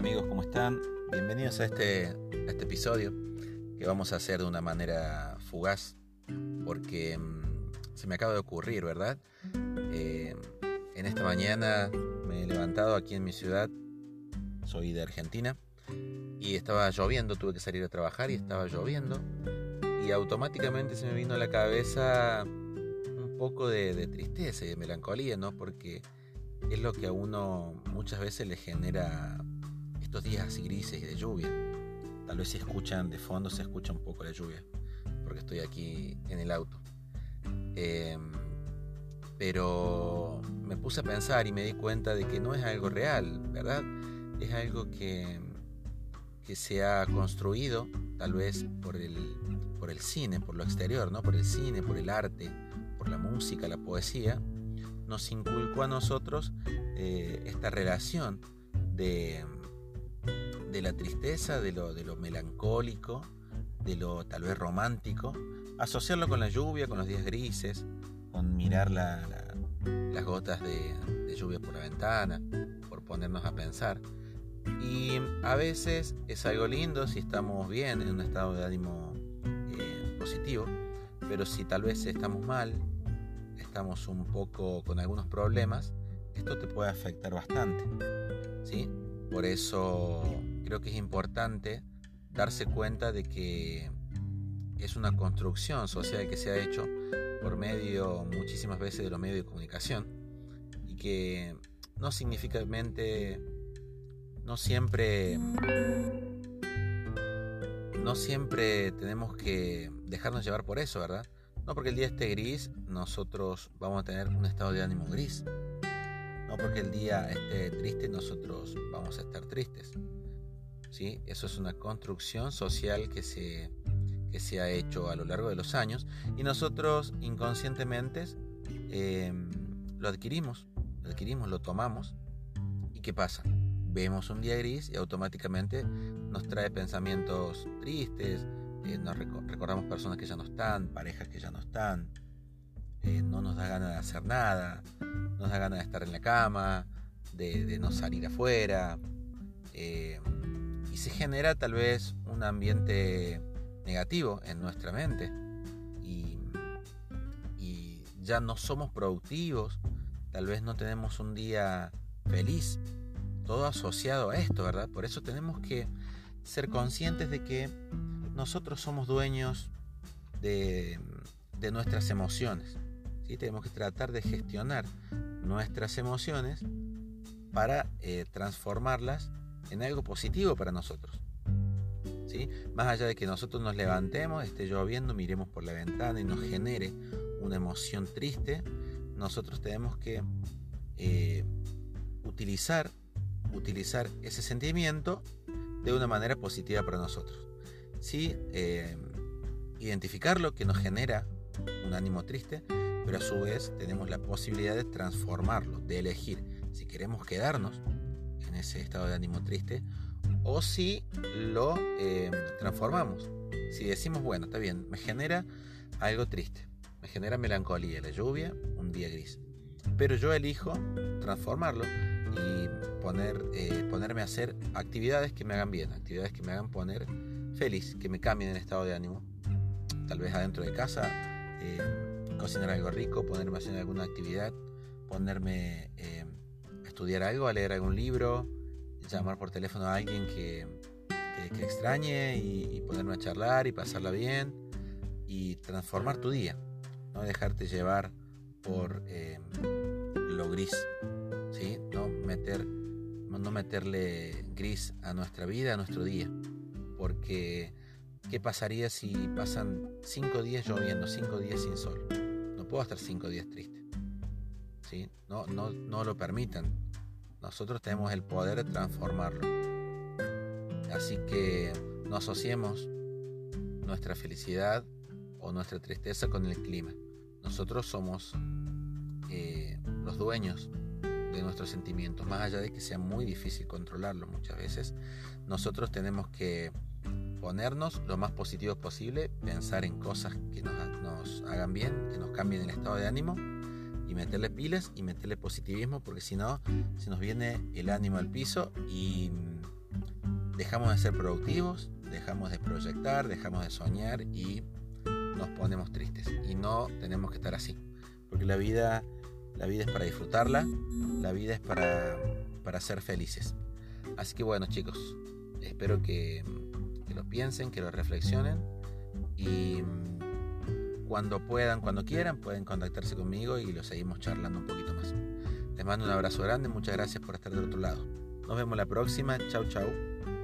amigos, ¿cómo están? Bienvenidos a este episodio que vamos a hacer de una manera fugaz porque se me acaba de ocurrir, ¿verdad? En esta mañana me he levantado aquí en mi ciudad, soy de Argentina, y estaba lloviendo, tuve que salir a trabajar y estaba lloviendo y automáticamente se me vino a la cabeza un poco de tristeza y de melancolía, ¿no? Porque es lo que a uno muchas veces le genera estos días así grises y de lluvia. Tal vez si escuchan de fondo, se escucha un poco la lluvia, porque estoy aquí en el auto. Pero me puse a pensar y me di cuenta de que no es algo real, ¿verdad? Es algo que se ha construido tal vez por el cine, por lo exterior, ¿no? Por el cine, por el arte, por la música, la poesía. Nos inculcó a nosotros esta relación de la tristeza, de lo melancólico, de lo tal vez romántico, asociarlo con la lluvia, con los días grises, con mirar las gotas de lluvia por la ventana, por ponernos a pensar. Y a veces es algo lindo si estamos bien, en un estado de ánimo positivo, pero si tal vez estamos mal, estamos un poco con algunos problemas, esto te puede afectar bastante, ¿sí? Por eso creo que es importante darse cuenta de que es una construcción social que se ha hecho por medio, muchísimas veces, de los medios de comunicación, y que no significativamente, no siempre tenemos que dejarnos llevar por eso, ¿verdad? No porque el día esté gris, nosotros vamos a tener un estado de ánimo gris. No porque el día esté triste, nosotros vamos a estar tristes, ¿sí? Eso es una construcción social que se ha hecho a lo largo de los años, y nosotros inconscientemente lo adquirimos, lo tomamos. ¿Y qué pasa? Vemos un día gris y automáticamente nos trae pensamientos tristes, nos recordamos personas que ya no están, parejas que ya no están, no nos da ganas de hacer nada, nos da ganas de estar en la cama, de no salir afuera, y se genera tal vez un ambiente negativo en nuestra mente, y ya no somos productivos, tal vez no tenemos un día feliz, todo asociado a esto, ¿verdad? Por eso tenemos que ser conscientes de que nosotros somos dueños de nuestras emociones, ¿sí? Tenemos que tratar de gestionar nuestras emociones para transformarlas en algo positivo para nosotros, ¿sí? Más allá de que nosotros nos levantemos, esté lloviendo, miremos por la ventana y nos genere una emoción triste, nosotros tenemos que utilizar ese sentimiento de una manera positiva para nosotros, ¿sí? Identificar lo que nos genera un ánimo triste, pero a su vez tenemos la posibilidad de transformarlo, de elegir si queremos quedarnos en ese estado de ánimo triste o si lo transformamos. Si decimos, bueno, está bien, me genera algo triste, me genera melancolía, la lluvia, un día gris, pero yo elijo transformarlo y ponerme a hacer actividades que me hagan bien, actividades que me hagan poner feliz, que me cambien el estado de ánimo. Tal vez adentro de casa, cocinar algo rico, ponerme a hacer alguna actividad, ponerme a estudiar algo, a leer algún libro, llamar por teléfono a alguien que extrañe y ponerme a charlar y pasarla bien y transformar tu día, no dejarte llevar por lo gris, ¿sí? No meterle gris a nuestra vida, a nuestro día, porque ¿qué pasaría si pasan 5 días lloviendo, 5 días sin sol? No puedo estar 5 días triste, ¿sí? No lo permitan. Nosotros tenemos el poder de transformarlo. Así que no asociemos nuestra felicidad o nuestra tristeza con el clima. Nosotros somos los dueños de nuestros sentimientos, más allá de que sea muy difícil controlarlo muchas veces. Nosotros tenemos que ponernos lo más positivos posible, pensar en cosas que nos hagan bien, que nos cambien el estado de ánimo, y meterle pilas y meterle positivismo, porque si no, se nos viene el ánimo al piso y dejamos de ser productivos, dejamos de proyectar, dejamos de soñar y nos ponemos tristes. Y no tenemos que estar así, porque la vida es para disfrutarla, la vida es para ser felices. Así que bueno, chicos, espero que lo piensen, que lo reflexionen y cuando puedan, cuando quieran, pueden contactarse conmigo y lo seguimos charlando un poquito más. Les mando un abrazo grande, muchas gracias por estar del otro lado. Nos vemos la próxima, chau chau.